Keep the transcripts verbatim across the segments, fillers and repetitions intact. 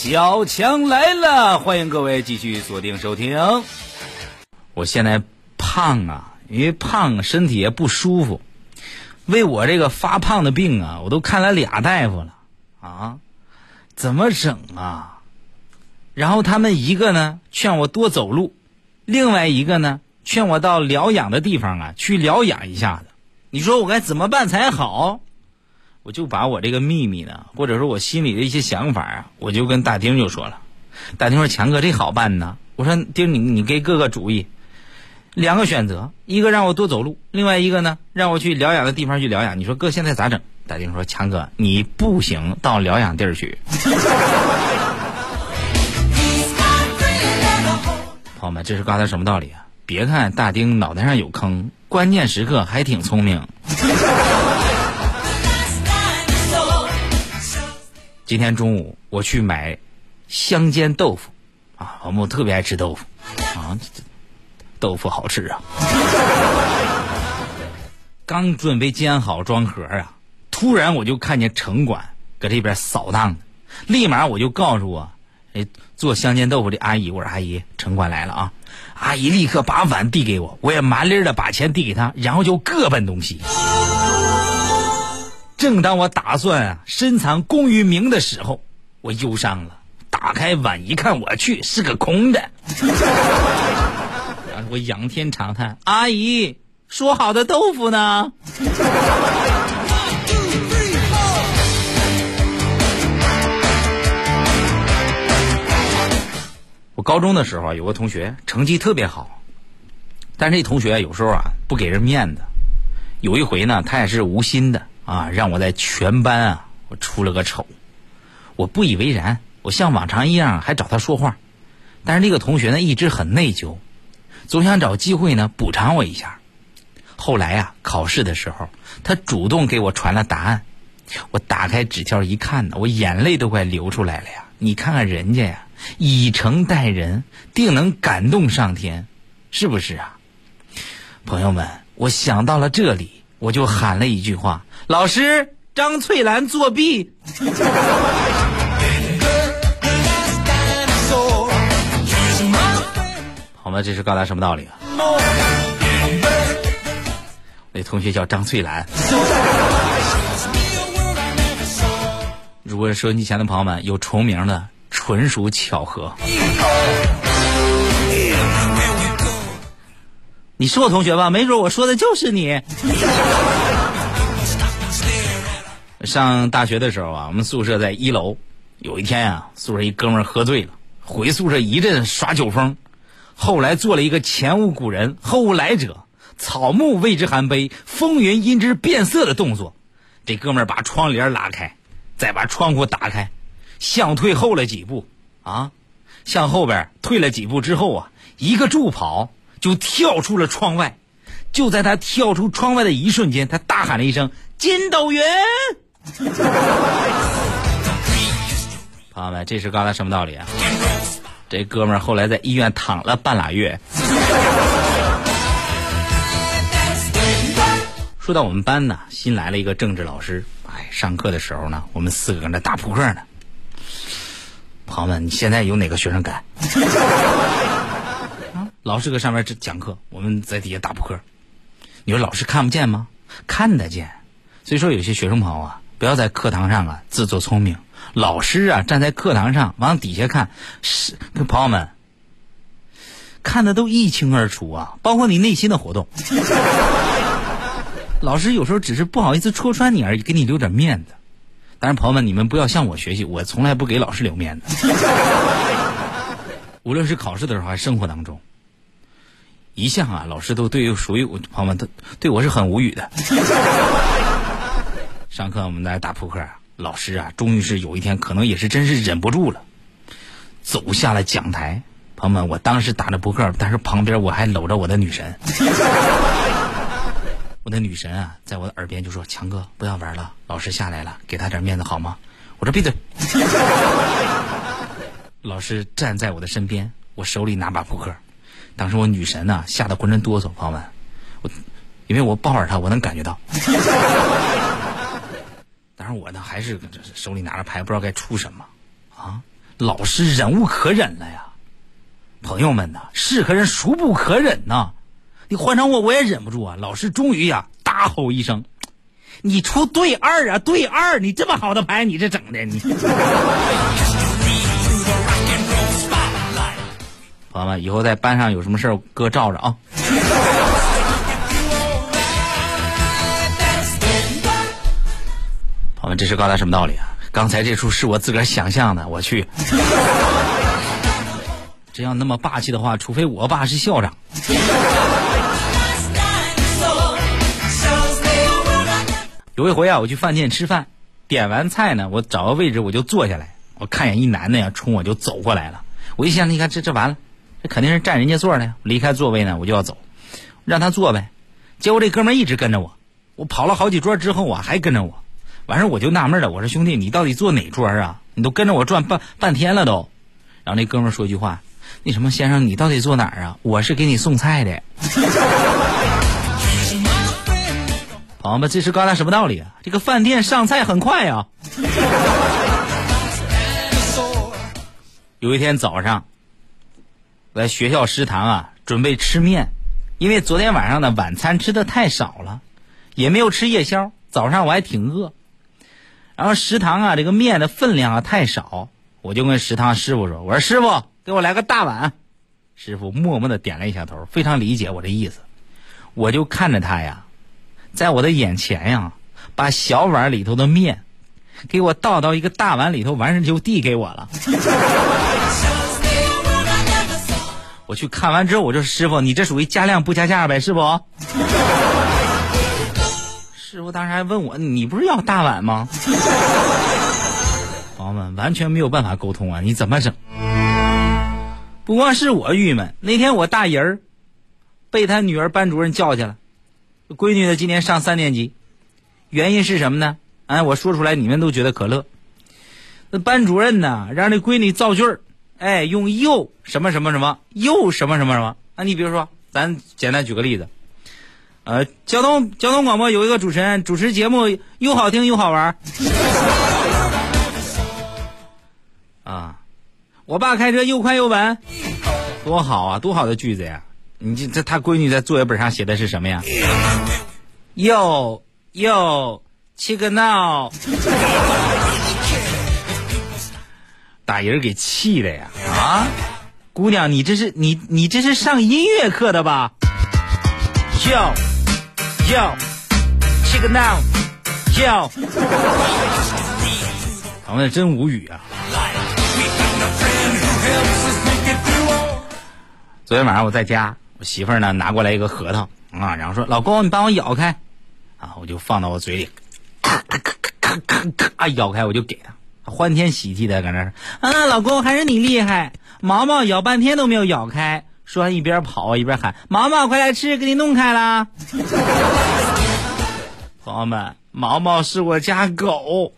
小强来了，欢迎各位继续锁定收听。我现在胖啊，因为胖身体也不舒服，为我这个发胖的病啊，我都看了俩大夫了啊，怎么整啊？然后他们一个呢劝我多走路，另外一个呢劝我到疗养的地方啊去疗养一下子。你说我该怎么办才好？我就把我这个秘密呢，或者说我心里的一些想法啊，我就跟大丁就说了。大丁说：“强哥，这好办呢。”我说：“丁，你你给哥个主意。两个选择，一个让我多走路，另外一个呢让我去疗养的地方去疗养。你说哥现在咋整？”大丁说：“强哥，你步行到疗养地儿去。”朋友们，这是刚才什么道理啊？别看大丁脑袋上有坑，关键时刻还挺聪明。今天中午我去买香煎豆腐啊，我们特别爱吃豆腐啊，豆腐好吃啊。刚准备煎好装盒啊，突然我就看见城管搁这边扫荡的，立马我就告诉我哎做香煎豆腐的阿姨，我说阿姨，城管来了啊。阿姨立刻把碗递给我，我也麻利的把钱递给她，然后就各奔东西。正当我打算啊深藏功与名的时候，我忧伤了，打开碗一看，我去，是个空的。然后我仰天长叹：“阿姨，说好的豆腐呢？”我高中的时候有个同学成绩特别好，但是这同学有时候啊不给人面子。有一回呢，他也是无心的啊，让我在全班啊我出了个丑。我不以为然，我像往常一样还找他说话，但是那个同学呢一直很内疚，总想找机会呢补偿我一下。后来啊考试的时候，他主动给我传了答案，我打开纸条一看呢，我眼泪都快流出来了呀！你看看人家呀，以诚待人，定能感动上天，是不是啊？朋友们，我想到了这里，我就喊了一句话：老师，张翠兰作弊。好吗？这是告诉他什么道理啊？那同学叫张翠兰。如果收音机前的朋友们有重名的，纯属巧合。你是我同学吧？没准我说的就是你。上大学的时候啊，我们宿舍在一楼。有一天啊，宿舍一哥们儿喝醉了，回宿舍一阵耍酒疯，后来做了一个前无古人后无来者，草木为之含悲，风云因之变色的动作。这哥们儿把窗帘拉开，再把窗户打开，向退后了几步啊，向后边退了几步之后啊，一个助跑就跳出了窗外。就在他跳出窗外的一瞬间，他大喊了一声：“筋斗云！”朋友们，这是刚才什么道理啊？这哥们儿后来在医院躺了半拉月。说到我们班呢，新来了一个政治老师。哎，上课的时候呢，我们四个搁那打扑克呢。朋友们，你现在有哪个学生敢？啊，老师搁上面讲课，我们在底下打扑克。你说老师看不见吗？看得见。所以说有些学生朋友啊，不要在课堂上啊自作聪明。老师啊站在课堂上往底下看，是朋友们看的都一清二楚啊，包括你内心的活动。老师有时候只是不好意思戳穿你而已，给你留点面子。当然朋友们，你们不要向我学习，我从来不给老师留面子。无论是考试的时候还是生活当中，一向啊老师都对属于我朋友们都对我是很无语的。上课我们在打扑克，老师啊终于是有一天可能也是真是忍不住了，走下了讲台。朋友们，我当时打着扑克，但是旁边我还搂着我的女神。我的女神啊在我的耳边就说：“强哥不要玩了，老师下来了，给他点面子好吗？”我说闭嘴。老师站在我的身边，我手里拿把扑克。当时我女神啊吓得浑身哆嗦。朋友们，我因为我抱着她，我能感觉到。当然我呢还是手里拿着牌，不知道该出什么啊。 老师忍无可忍了呀。朋友们呐，是可忍孰不可忍呐？你换成我我也忍不住啊。老师终于呀大吼一声，你出对二啊，对二，你这么好的牌你这整的你。朋友们，以后在班上有什么事儿哥罩着啊。朋友们，这是告诉他什么道理啊？刚才这出是我自个儿想象的，我去。这要那么霸气的话，除非我爸是校长。有一回啊，我去饭店吃饭，点完菜呢，我找个位置我就坐下来，我看见一男的呀冲我就走过来了，我一想，你看这这完了，这肯定是占人家座的呀。离开座位呢，我就要走，让他坐呗。结果这哥们一直跟着我，我跑了好几桌之后啊，还跟着我。完事我就纳闷了，我说兄弟，你到底坐哪桌啊？你都跟着我转半半天了都。然后那哥们说一句话，那什么先生，你到底坐哪儿啊？我是给你送菜的。朋友们，这是告诉他什么道理啊？这个饭店上菜很快啊。有一天早上，我在学校食堂啊准备吃面，因为昨天晚上的晚餐吃的太少了，也没有吃夜宵，早上我还挺饿。然后食堂啊这个面的分量啊太少，我就跟食堂师傅说，我说师傅给我来个大碗。师傅默默的点了一下头，非常理解我的意思。我就看着他呀，在我的眼前呀，把小碗里头的面给我倒到一个大碗里头，完事就递给我了。我去看完之后，我就说师傅，你这属于加量不加价呗，是不？师傅当时还问我，你不是要大碗吗？朋友们，完全没有办法沟通啊，你怎么整？不光是我郁闷，那天我大姨儿被他女儿班主任叫去了，闺女的今年上三年级，原因是什么呢？哎，我说出来你们都觉得可乐。那班主任呢，让这闺女造句儿，哎，用又什么什么什么，又什么什么什么。啊，你比如说，咱简单举个例子，呃，交通交通广播有一个主持人主持节目又好听又好玩。啊，我爸开车又快又稳，多好啊，多好的句子呀！你这这他闺女在作业本上写的是什么呀？又又七个闹，打人给气的呀！啊，姑娘，你这是你你这是上音乐课的吧？又又七个闹，又，朋友真无语啊！昨天晚上我在家，我媳妇儿呢拿过来一个核桃啊，然后说老公你帮我咬开啊，我就放到我嘴里，咔咔咔咔咔咔咬开我就给他，欢天喜地的搁那儿啊，老公还是你厉害，毛毛咬半天都没有咬开，说完一边跑一边喊毛毛快来吃，给你弄开了。朋友们，毛毛是我家狗。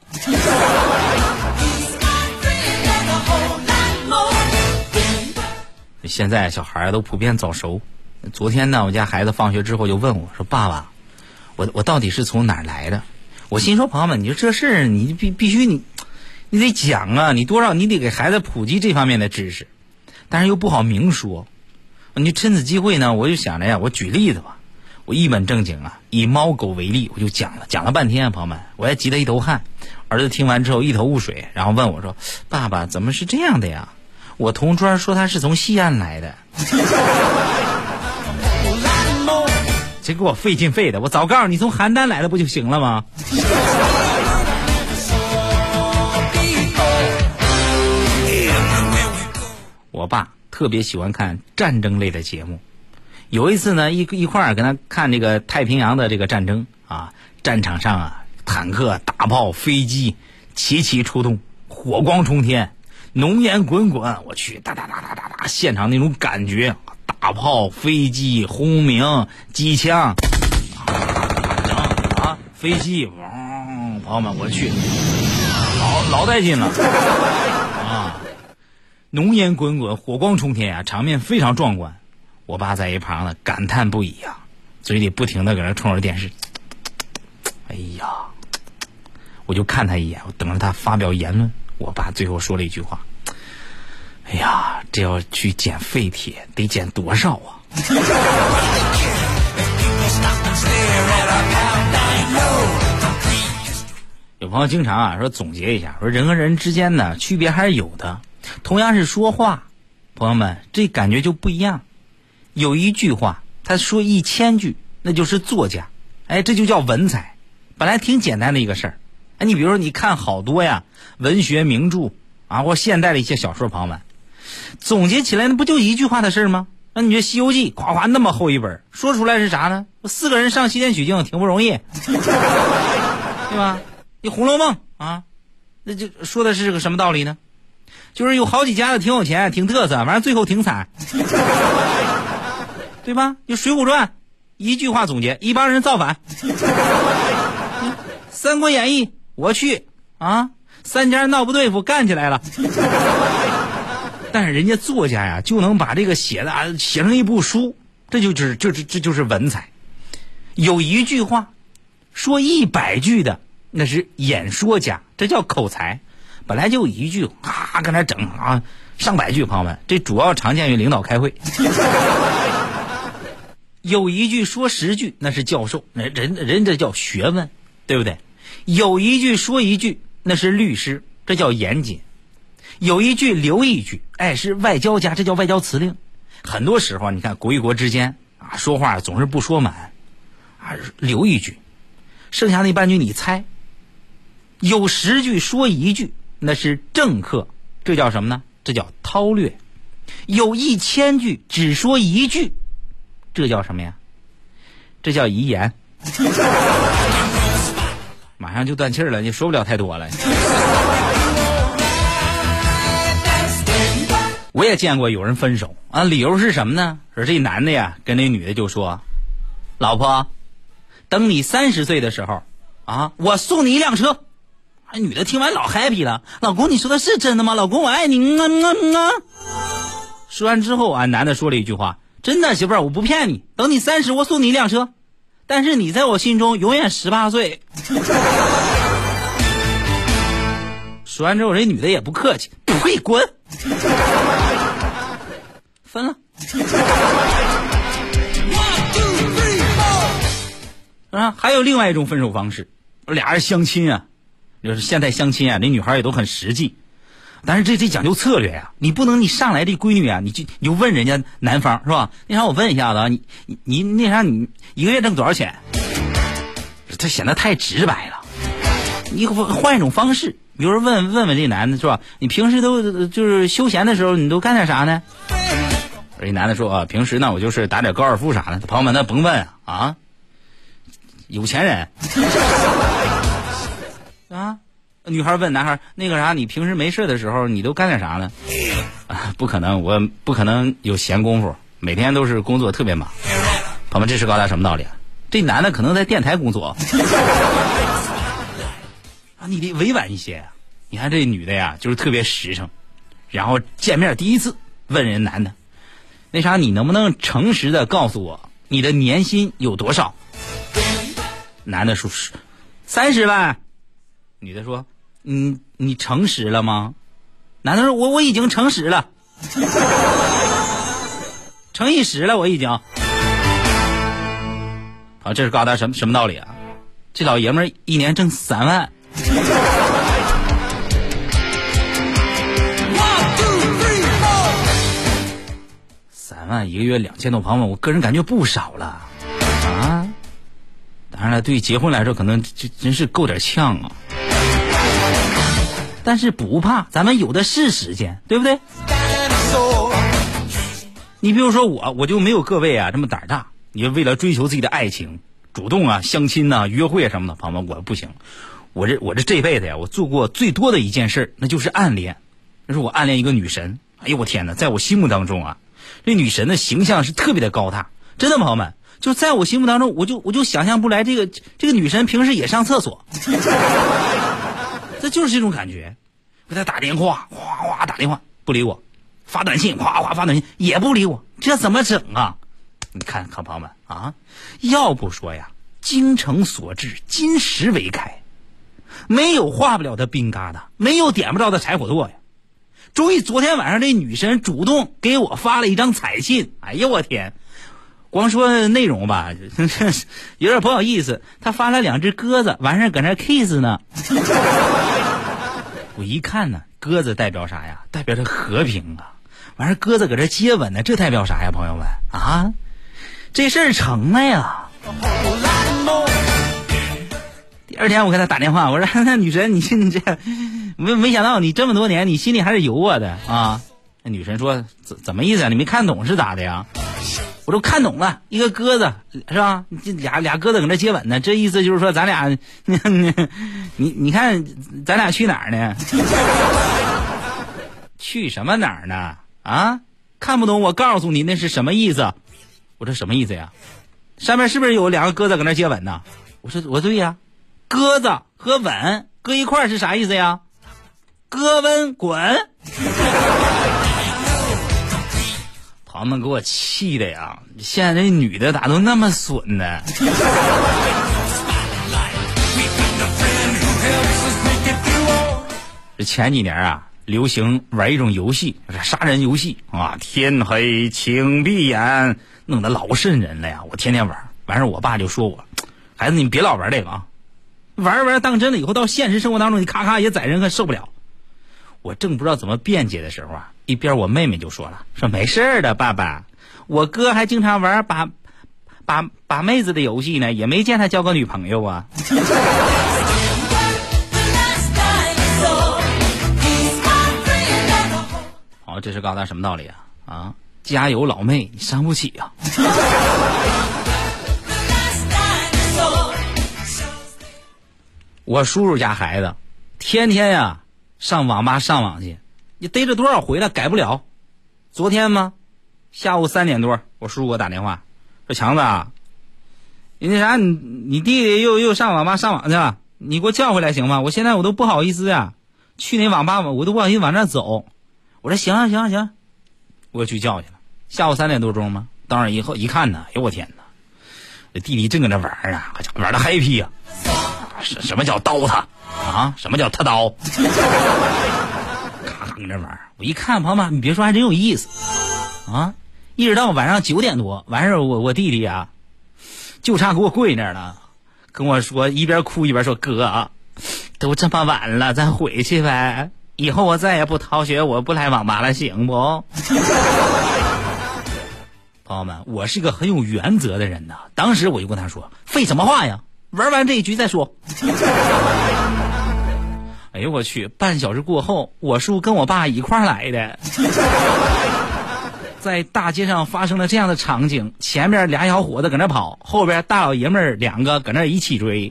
现在小孩都普遍早熟。昨天呢，我家孩子放学之后就问我说：“爸爸，我我到底是从哪儿来的？”我心说，朋友们，你说这事你必必须你你得讲啊，你多少你得给孩子普及这方面的知识，但是又不好明说。你趁此机会呢，我就想着呀，我举例子吧，我一本正经啊，以猫狗为例，我就讲了，讲了半天啊，朋友们，我还急得一头汗。儿子听完之后一头雾水，然后问我说：“爸爸，怎么是这样的呀？我同桌说他是从西安来的。”这给我费劲费的，我早告诉你从邯郸来的不就行了吗？我爸特别喜欢看战争类的节目，有一次呢，一一块儿跟他看这个太平洋的这个战争啊，战场上啊，坦克、大炮、飞机齐齐出动，火光冲天，浓烟滚滚，我去，哒哒哒哒哒哒，现场那种感觉，大炮、飞机、轰鸣、机枪，啊，飞机，汪，朋友们，我去，老老带劲了，啊，浓烟滚滚，火光冲天啊，场面非常壮观。我爸在一旁呢感叹不已啊，嘴里不停的搁那冲着电视，哎呀，我就看他一眼，我等着他发表言论。我爸最后说了一句话：“ 哎呀，这要去捡废铁得捡多少啊？有朋友经常啊说总结一下，说人和人之间呢区别还是有的。同样是说话，朋友们这感觉就不一样。有一句话他说一千句，那就是作家。哎，这就叫文采。本来挺简单的一个事儿，哎，你比如说你看好多呀文学名著啊，或现代的一些小说，朋友们总结起来那不就一句话的事吗？那你觉得《西游记》夸夸那么厚一本，说出来是啥呢？四个人上西天取经挺不容易，对吧？你《红楼梦》啊，那就说的是个什么道理呢？就是有好几家的挺有钱，挺特色，反正最后挺惨，对吧？就《水浒传》，一句话总结：一帮人造反。《三国演义》，我去啊，三家闹不对付，干起来了。但是人家作家呀，就能把这个写的啊写成一部书，这就是这这这就是文采。有一句话说一百句的，那是演说家，这叫口才。本来就一句啊，跟那整啊上百句，朋友们，这主要常见于领导开会。有一句说十句，那是教授，人人人这叫学问，对不对？有一句说一句，那是律师，这叫严谨。有一句留一句，哎，是外交家，这叫外交辞令。很多时候你看国与国之间啊说话总是不说满啊，留一句，剩下那半句你猜。有十句说一句，那是政客，这叫什么呢？这叫韬略。有一千句只说一句，这叫什么呀？这叫遗言。马上就断气了，你说不了太多了。我也见过有人分手啊，理由是什么呢？说这男的呀跟那女的就说：老婆，等你三十岁的时候啊，我送你一辆车。女的听完老 happy 了，老公你说的是真的吗？老公我爱你。嗯嗯嗯啊。说完之后啊，男的说了一句话：真的媳妇儿，我不骗你，等你三十我送你一辆车，但是你在我心中永远十八岁。说完之后，这女的也不客气，呸，滚。分了。啊，还有另外一种分手方式，俩人相亲啊，就是现在相亲啊，那女孩也都很实际，但是这这讲究策略呀、啊，你不能你上来这闺女啊，你就你就问人家男方是吧？那啥我问一下子啊，你你你那啥你一个月挣多少钱？这显得太直白了。你换一种方式，比如说问问问这男的是吧？你平时都就是休闲的时候你都干点啥呢？这男的说啊，平时呢我就是打点高尔夫啥的。朋友们那甭问啊啊，有钱人啊。女孩问男孩那个啥，你平时没事的时候你都干点啥呢？啊，不可能，我不可能有闲工夫，每天都是工作特别忙。朋友们，这是告诉他什么道理啊？这男的可能在电台工作。啊，你得委婉一些啊！你看这女的呀，就是特别实诚，然后见面第一次问人男的，那啥，你能不能诚实的告诉我你的年薪有多少？男的说是三十万，女的说，嗯，你诚实了吗？男的说，我我已经诚实了，诚一时了，我已经。好，这是告诉他什么什么道理啊？这老爷们儿一年挣三万。三万一个月两千多，朋友们，我个人感觉不少了啊！当然了，对于结婚来说，可能这真是够点呛啊。但是不怕，咱们有的是时间，对不对？你比如说我，我就没有各位啊这么胆大。你为了追求自己的爱情，主动啊相亲啊约会什么的，朋友们，我不行。我这我这这辈子呀，我做过最多的一件事，那就是暗恋。那是我暗恋一个女神。哎呦我天哪，在我心目当中啊，这女神的形象是特别的高大，真的朋友们，就在我心目当中，我就我就想象不来这个这个女神平时也上厕所，这就是这种感觉。给她打电话，哗哗打电话不理我，发短信哗哗发短信也不理我，这怎么整啊？你看看朋友们啊，要不说呀，精诚所至，金石为开，没有化不了的冰疙瘩，没有点不着的柴火垛呀。 终于昨天晚上这女神主动给我发了一张彩信，哎呀我天，光说内容吧有点不好意思，她发了两只鸽子，完事搁那 kiss 呢我一看呢，鸽子代表啥呀？代表着和平啊。完事鸽子搁这接吻呢，这代表啥呀，朋友们啊？这事儿成了呀。第二天我给他打电话，我说那女神，你你这没没想到你这么多年你心里还是有我的啊。那女神说怎怎么意思啊？你没看懂是咋的呀？我都看懂了，一个鸽子是吧？这俩俩鸽子搁那接吻呢，这意思就是说咱俩你你你看咱俩去哪儿呢？去什么哪儿呢？啊，看不懂我告诉你那是什么意思。我说什么意思呀？上面是不是有两个鸽子搁那接吻呢？我说我对呀，鸽子和吻搁一块是啥意思呀？哥温滚。朋友们给我气的呀，现在这女的咋都那么损呢？这前几年啊流行玩一种游戏，杀人游戏啊，天黑请闭眼，弄得老瘆人了呀。我天天玩，完事我爸就说我，孩子你别老玩这个啊，玩玩当真了以后到现实生活当中你咔咔也宰人，可受不了。我正不知道怎么辩解的时候啊，一边我妹妹就说了，说没事的爸爸，我哥还经常玩把把把妹子的游戏呢，也没见他交个女朋友啊。好，这是告诉他什么道理啊？啊，家有老妹你伤不起啊。我叔叔家孩子天天呀上网吧上网去，你逮着多少回了改不了。昨天吗？下午三点多，我叔叔给我打电话说，强子啊，你那啥，你你弟弟又又上网吧上网去了，你给我叫回来行吗？我现在我都不好意思呀，去那网吧我都不好意思往那走。我说行啊行啊行啊，我去叫去了。下午三点多钟嘛，当然以后一看呢，哎呦我天哪，这弟弟正搁那玩啊，玩的 happy 啊。什什么叫刀他啊？什么叫他刀？咔咔搁那玩，我一看，朋友们，你别说，还真有意思啊！一直到晚上九点多，完事儿我我弟弟啊，就差给我跪那儿了，跟我说，一边哭一边说：“哥，都这么晚了，咱回去呗。以后我再也不逃学，我不来网吧了，行不？”朋友们，我是个很有原则的人呐。当时我就跟他说：“废什么话呀？玩完这一局再说。”哎呦我去！半小时过后，我叔跟我爸一块儿来的，在大街上发生了这样的场景：前面俩小伙子搁那跑，后边大老爷们儿两个搁那一起追。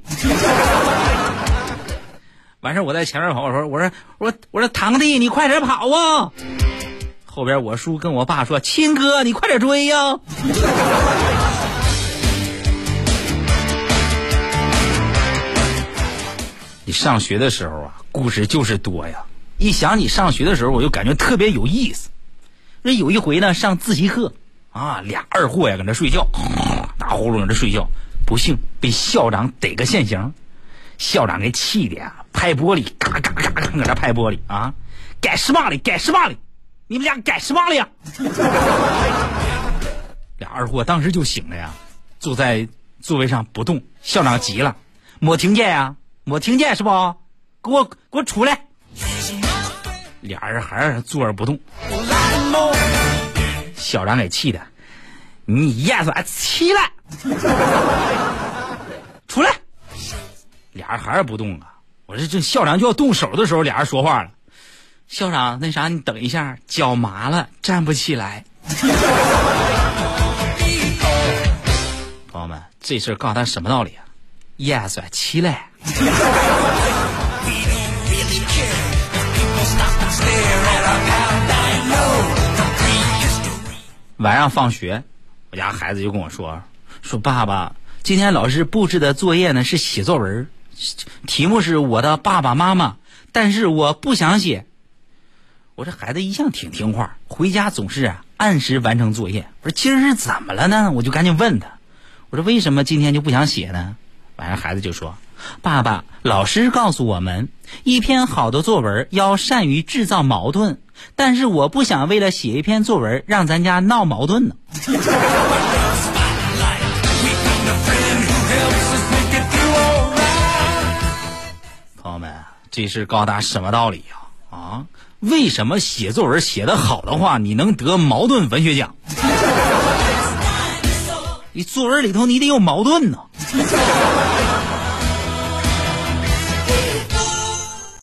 完事我在前面跑，我说我说我说我说堂弟你快点跑啊！后边我叔跟我爸说：“亲哥你快点追呀！”你上学的时候啊，故事就是多呀。一想你上学的时候，我就感觉特别有意思。那有一回呢，上自习课啊，俩二货呀搁那睡觉，打呼噜搁那睡觉，不幸被校长逮个现行。校长给气的呀，拍玻璃，嘎嘎嘎嘎搁那拍玻璃啊，改什么哩？改什么哩？你们俩改什么哩呀？俩二货当时就醒了呀，坐在座位上不动。校长急了，没听见呀？我听见是不？给我给我出来！俩人还是坐着不动。校长给气的，你爷子起来，出来！俩人还是不动啊！我这这校长就要动手的时候，俩人说话了。校长，那啥，你等一下，脚麻了，站不起来。朋友们，这事告诉他什么道理啊？爷子起来！晚上放学，我家孩子就跟我说说爸爸，今天老师布置的作业呢是写作文，题目是我的爸爸妈妈，但是我不想写。我这孩子一向挺听话，回家总是啊按时完成作业。我说今儿是怎么了呢？我就赶紧问他，我说为什么今天就不想写呢？晚上孩子就说，爸爸，老师告诉我们，一篇好的作文要善于制造矛盾， 但是我不想为了写一篇作文让咱家闹矛盾呢。朋友们，这是告诉大家什么道理呀？啊，为什么写作文写得好的话，你能得茅盾文学奖？你作文里头你得有矛盾呢。